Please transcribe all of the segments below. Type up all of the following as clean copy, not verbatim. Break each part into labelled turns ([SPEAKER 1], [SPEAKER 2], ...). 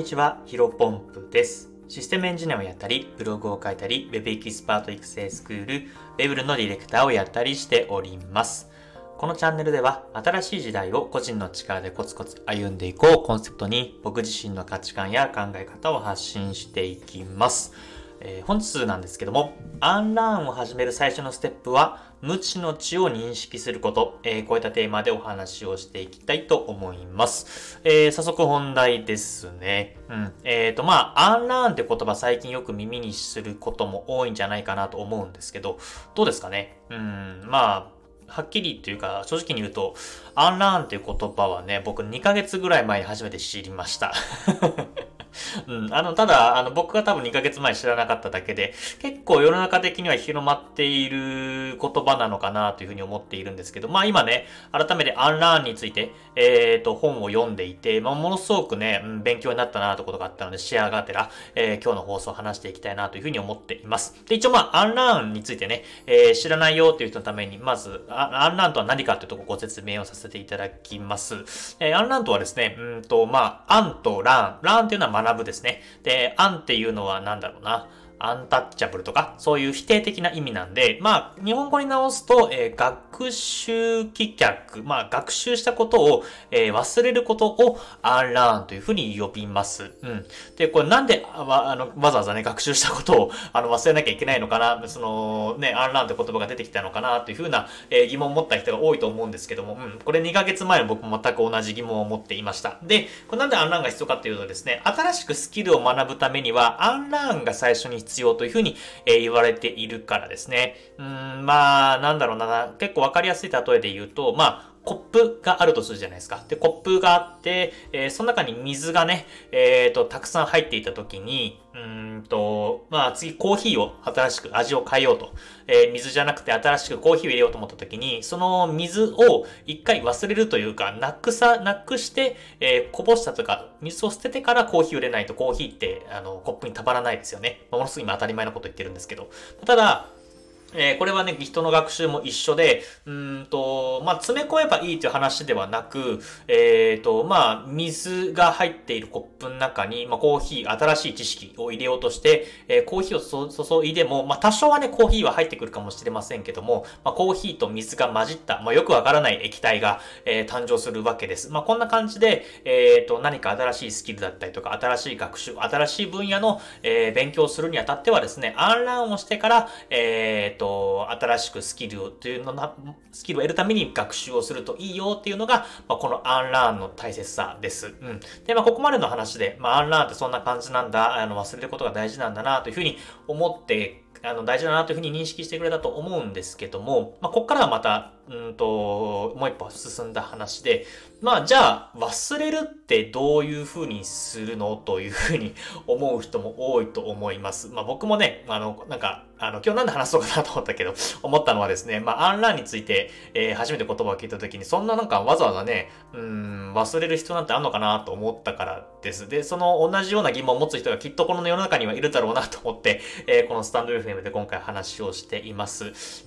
[SPEAKER 1] ちは、ヒロポンプです。システムエンジニアをやったり、ブログを書いたり、Web エキスパート育成スクール、Web のディレクターをやったりしております。このチャンネルでは、新しい時代を個人の力でコツコツ歩んでいこうコンセプトに、僕自身の価値観や考え方を発信していきます。本日なんですけども、アンラーンを始める最初のステップは、無知の知を認識すること、こういったテーマでお話をしていきたいと思います。早速本題ですね。アンラーンって言葉最近よく耳にすることも多いんじゃないかなと思うんですけど、どうですかね。はっきりというか、正直に言うと、アンラーンっていう言葉はね、僕2ヶ月ぐらい前に初めて知りました。ただ、僕が多分2ヶ月前知らなかっただけで、結構世の中的には広まっている言葉なのかなというふうに思っているんですけど、今ね、改めてアンラーンについて、本を読んでいて、ものすごくね、勉強になったなということがあったので、シェアがてら、今日の放送を話していきたいなというふうに思っています。で、一応アンラーンについてね、知らないよという人のために、まず、アンラーンとは何かというところをご説明をさせていただきます。アンラーンとはですね、アンとラーン。ラーンっていうのは学ぶですね。で、アンっていうのはなんだろうな。アンタッチャブルとか、そういう否定的な意味なんで、日本語に直すと、学習棄却、学習したことを、忘れることをアンラーンというふうに呼びます。で、これなんで、わざわざね、学習したことを、忘れなきゃいけないのかな、アンラーンって言葉が出てきたのかな、というふうな、疑問を持った人が多いと思うんですけども、これ2ヶ月前の僕も全く同じ疑問を持っていました。で、これなんでアンラーンが必要かっていうとですね、新しくスキルを学ぶためには、アンラーンが最初に必要というふうに、言われているからですね。結構わかりやすい例えで言うと、コップがあるとするじゃないですか。で、コップがあって、その中に水がね、たくさん入っていたときに、次コーヒーを新しく味を変えようと。水じゃなくて新しくコーヒーを入れようと思ったときに、その水を一回忘れるというか、なくして、こぼしたとか、水を捨ててからコーヒーを入れないとコーヒーって、コップにたまらないですよね。ものすごい今当たり前のこと言ってるんですけど。ただ、これはね、人の学習も一緒で、詰め込めばいいという話ではなく、水が入っているコップの中に、コーヒー、新しい知識を入れようとして、コーヒーを注いでも、多少はね、コーヒーは入ってくるかもしれませんけども、コーヒーと水が混じった、よくわからない液体が、誕生するわけです。こんな感じで、何か新しいスキルだったりとか、新しい学習、新しい分野の、勉強をするにあたってはですね、アンラーンをしてから、新しくスキルを得るために学習をするといいよっていうのが、このアンラーンの大切さです。で、ここまでの話で、アンラーンってそんな感じなんだ、忘れることが大事なんだなというふうに思って、大事だなというふうに認識してくれたと思うんですけども、ここからはまた、もう一歩進んだ話で、じゃあ、忘れるってどういうふうにするのというふうに思う人も多いと思います。僕もね、今日なんで話そうかなと思ったけど、思ったのはですね、アンラーンについて、初めて言葉を聞いたときに、そんなわざわざね、忘れる必要なんてあんのかなと思ったからです。で、その同じような疑問を持つ人がきっとこの世の中にはいるだろうなと思って、このスタンド FM で今回話をしています。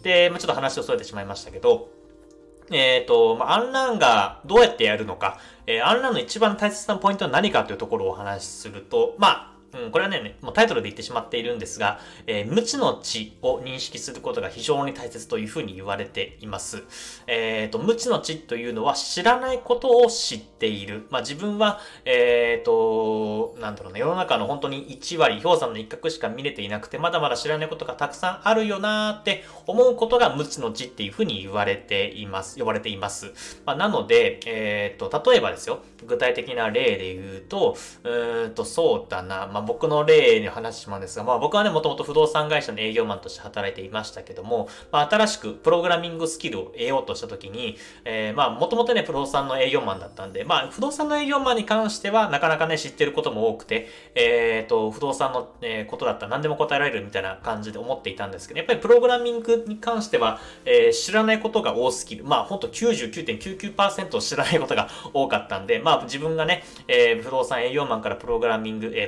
[SPEAKER 1] で、ちょっと話を添えてしまいましたけど、アンラーンがどうやってやるのか、アンラーンの一番大切なポイントは何かというところをお話しすると、これはね、もうタイトルで言ってしまっているんですが、無知の知を認識することが非常に大切というふうに言われています。無知の知というのは知らないことを知っている。自分は、世の中の本当に1割、氷山の一角しか見れていなくて、まだまだ知らないことがたくさんあるよなーって思うことが無知の知っていうふうに呼ばれています。なので、例えばですよ、具体的な例で言うと、そうだな、僕の例に話しますが、僕はね、もともと不動産会社の営業マンとして働いていましたけども、新しくプログラミングスキルを得ようとしたときに、もともとね、不動産の営業マンだったんで、不動産の営業マンに関しては、なかなかね、知ってることも多くて、不動産の、ことだったら何でも答えられるみたいな感じで思っていたんですけど、やっぱりプログラミングに関しては、知らないことが多すぎる。ほんと 99.99% 知らないことが多かったんで、自分がね、不動産営業マンからプログラム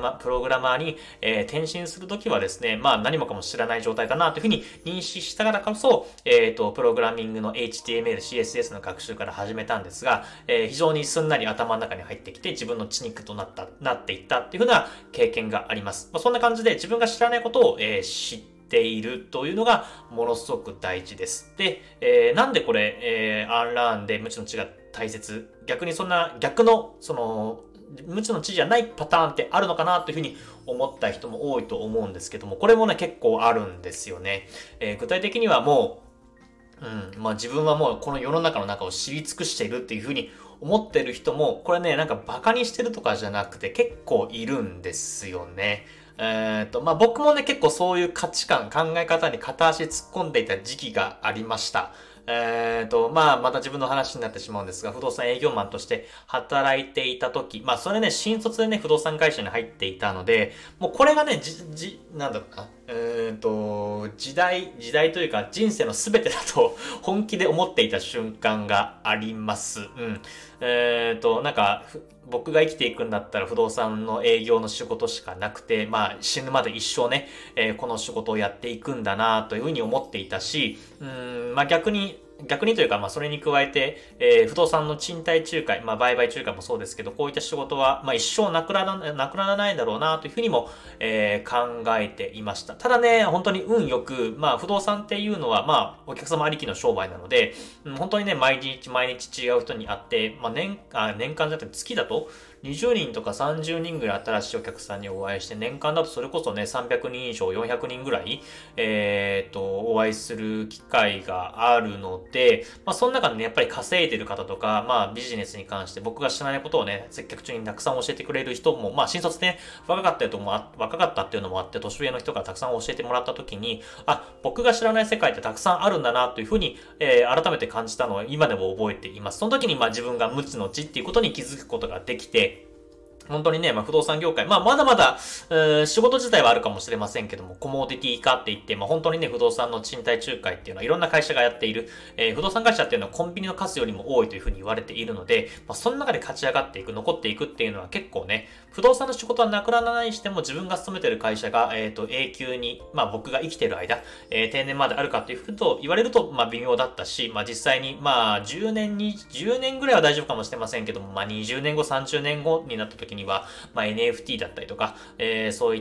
[SPEAKER 1] プログラマーに、転身するときはですね、まあ何もかも知らない状態だなというふうに認識したからこそ、プログラミングの HTML、CSS の学習から始めたんですが、非常にすんなり頭の中に入ってきて自分の血肉となっていったっていうふうな経験があります。まあ、そんな感じで自分が知らないことを、知っているというのがものすごく大事です。で、なんでこれ、アンラーンで無知の知が大切、逆にそんな逆の無知の知じゃないパターンってあるのかなというふうに思った人も多いと思うんですけども、これもね結構あるんですよね。具体的にはもうまあ自分はもうこの世の中の中を知り尽くしているっていうふうに思ってる人も、これね、なんかバカにしてるとかじゃなくて結構いるんですよね。まあ僕もね結構そういう価値観、考え方に片足突っ込んでいた時期がありました。まあ、また自分の話になってしまうんですが、不動産営業マンとして働いていた時、まあ、それね、新卒でね、不動産会社に入っていたので、もうこれがね、なんだろうな、時代というか人生の全てだと本気で思っていた瞬間があります。なんか、僕が生きていくんだったら不動産の営業の仕事しかなくて、まあ死ぬまで一生ね、この仕事をやっていくんだなというふうに思っていたし、まあ逆にというか、まあそれに加えて、不動産の賃貸仲介、まあ売買仲介もそうですけど、こういった仕事は、まあ一生なくならないだろうなというふうにも、考えていました。ただね、本当に運よく、まあ不動産っていうのは、まあお客様ありきの商売なので、本当にね、毎日違う人に会って、まあ年間じゃなくて月だと、20人とか30人ぐらい新しいお客さんにお会いして、年間だとそれこそね、300人以上、400人ぐらい、お会いする機会があるので、まあ、その中でね、やっぱり稼いでる方とか、まあ、ビジネスに関して僕が知らないことをね、接客中にたくさん教えてくれる人も、まあ、新卒ね、若かったっていうのもあって、年上の人からたくさん教えてもらった時に、あ、僕が知らない世界ってたくさんあるんだな、というふうに、改めて感じたのを今でも覚えています。その時に、まあ、自分が無知の知っていうことに気づくことができて、本当にね、まあ、不動産業界、まあ、まだまだ、仕事自体はあるかもしれませんけども、コモディティ化って言って、まあ、本当にね、不動産の賃貸仲介っていうのは、いろんな会社がやっている、不動産会社っていうのはコンビニの数よりも多いというふうに言われているので、まあ、その中で勝ち上がっていく、残っていくっていうのは結構ね、不動産の仕事はなくならないにしても、自分が勤めてる会社が、永久に、まあ、僕が生きてる間、定年まであるかっていうふうと言われると、まあ、微妙だったし、まあ、実際に、まあ、10年ぐらいは大丈夫かもしれませんけども、まあ、20年後、30年後になった時には、まあ、NFT だったりとか、そういった、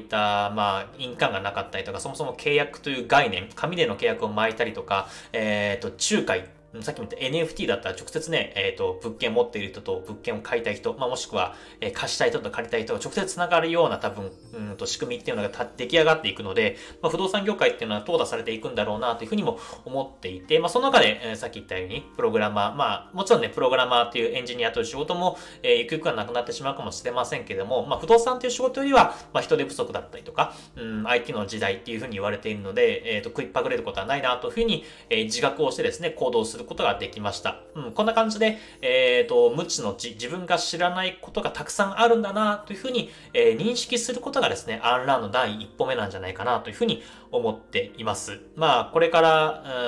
[SPEAKER 1] まあ、印鑑がなかったりとか、そもそも契約という概念、紙での契約を巻いたりとか、仲介、さっきも言った NFT だったら直接ね、物件持っている人と物件を買いたい人、まあ、もしくは、貸したい人と借りたい人が直接繋がるような多分、仕組みっていうのが出来上がっていくので、まあ、不動産業界っていうのは淘汰されていくんだろうなというふうにも思っていて、まあ、その中で、さっき言ったように、プログラマー、まあ、もちろんね、プログラマーっていうエンジニアという仕事も、ゆくゆくはなくなってしまうかもしれませんけれども、まあ、不動産っていう仕事よりは、まあ、人手不足だったりとか、IT の時代っていうふうに言われているので、食いっぱぐれることはないなというふうに、自覚をしてですね、行動することができました。こんな感じで、無知の知、自分が知らないことがたくさんあるんだなというふうに、認識することがですね、アンラーンの第一歩目なんじゃないかなというふうに思っています。まあ、これから、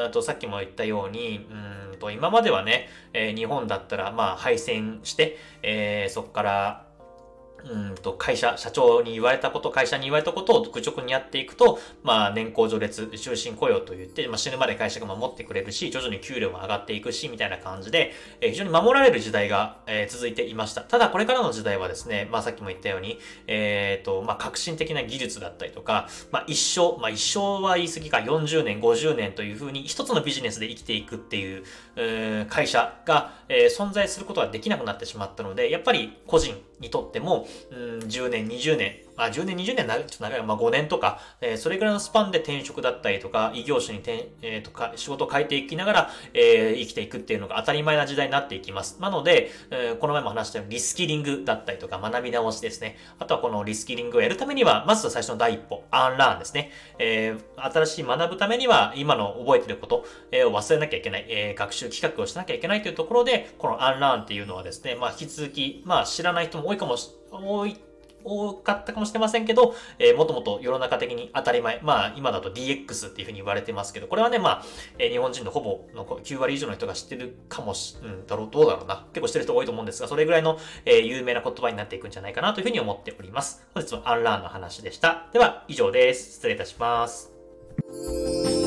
[SPEAKER 1] さっきも言ったように、今まではね、日本だったら、まあ、敗戦して、そこから、社長に言われたこと、会社に言われたことを愚直にやっていくと、まあ、年功序列、終身雇用と言って、まあ、死ぬまで会社が守ってくれるし、徐々に給料も上がっていくし、みたいな感じで、非常に守られる時代が、続いていました。ただ、これからの時代はですね、まあ、さっきも言ったように、まあ、革新的な技術だったりとか、まあ、一生は言い過ぎか、40年、50年というふうに、一つのビジネスで生きていくっていう、会社が、存在することができなくなってしまったので、やっぱり個人にとっても、10年、20年、まあ10年、20年ちょっと長い、まあ5年とか、それぐらいのスパンで転職だったりとか、異業種に仕事を変えていきながら、生きていくっていうのが当たり前な時代になっていきます。なので、この前も話したようにリスキリングだったりとか学び直しですね。あとはこのリスキリングをやるためには、まず最初の第一歩、アンラーンですね。新しい学ぶためには、今の覚えてること、を忘れなきゃいけない、学習企画をしなきゃいけないというところで、このアンラーンっていうのはですね、まあ引き続き、まあ知らない人も多い多かったかもしれませんけど、もともと世の中的に当たり前。まあ、今だと DX っていうふうに言われてますけど、これはね、まあ、日本人のほぼの9割以上の人が知ってるかもどうだろうな。結構知ってる人多いと思うんですが、それぐらいの、有名な言葉になっていくんじゃないかなというふうに思っております。本日はアンラーンの話でした。では、以上です。失礼いたします。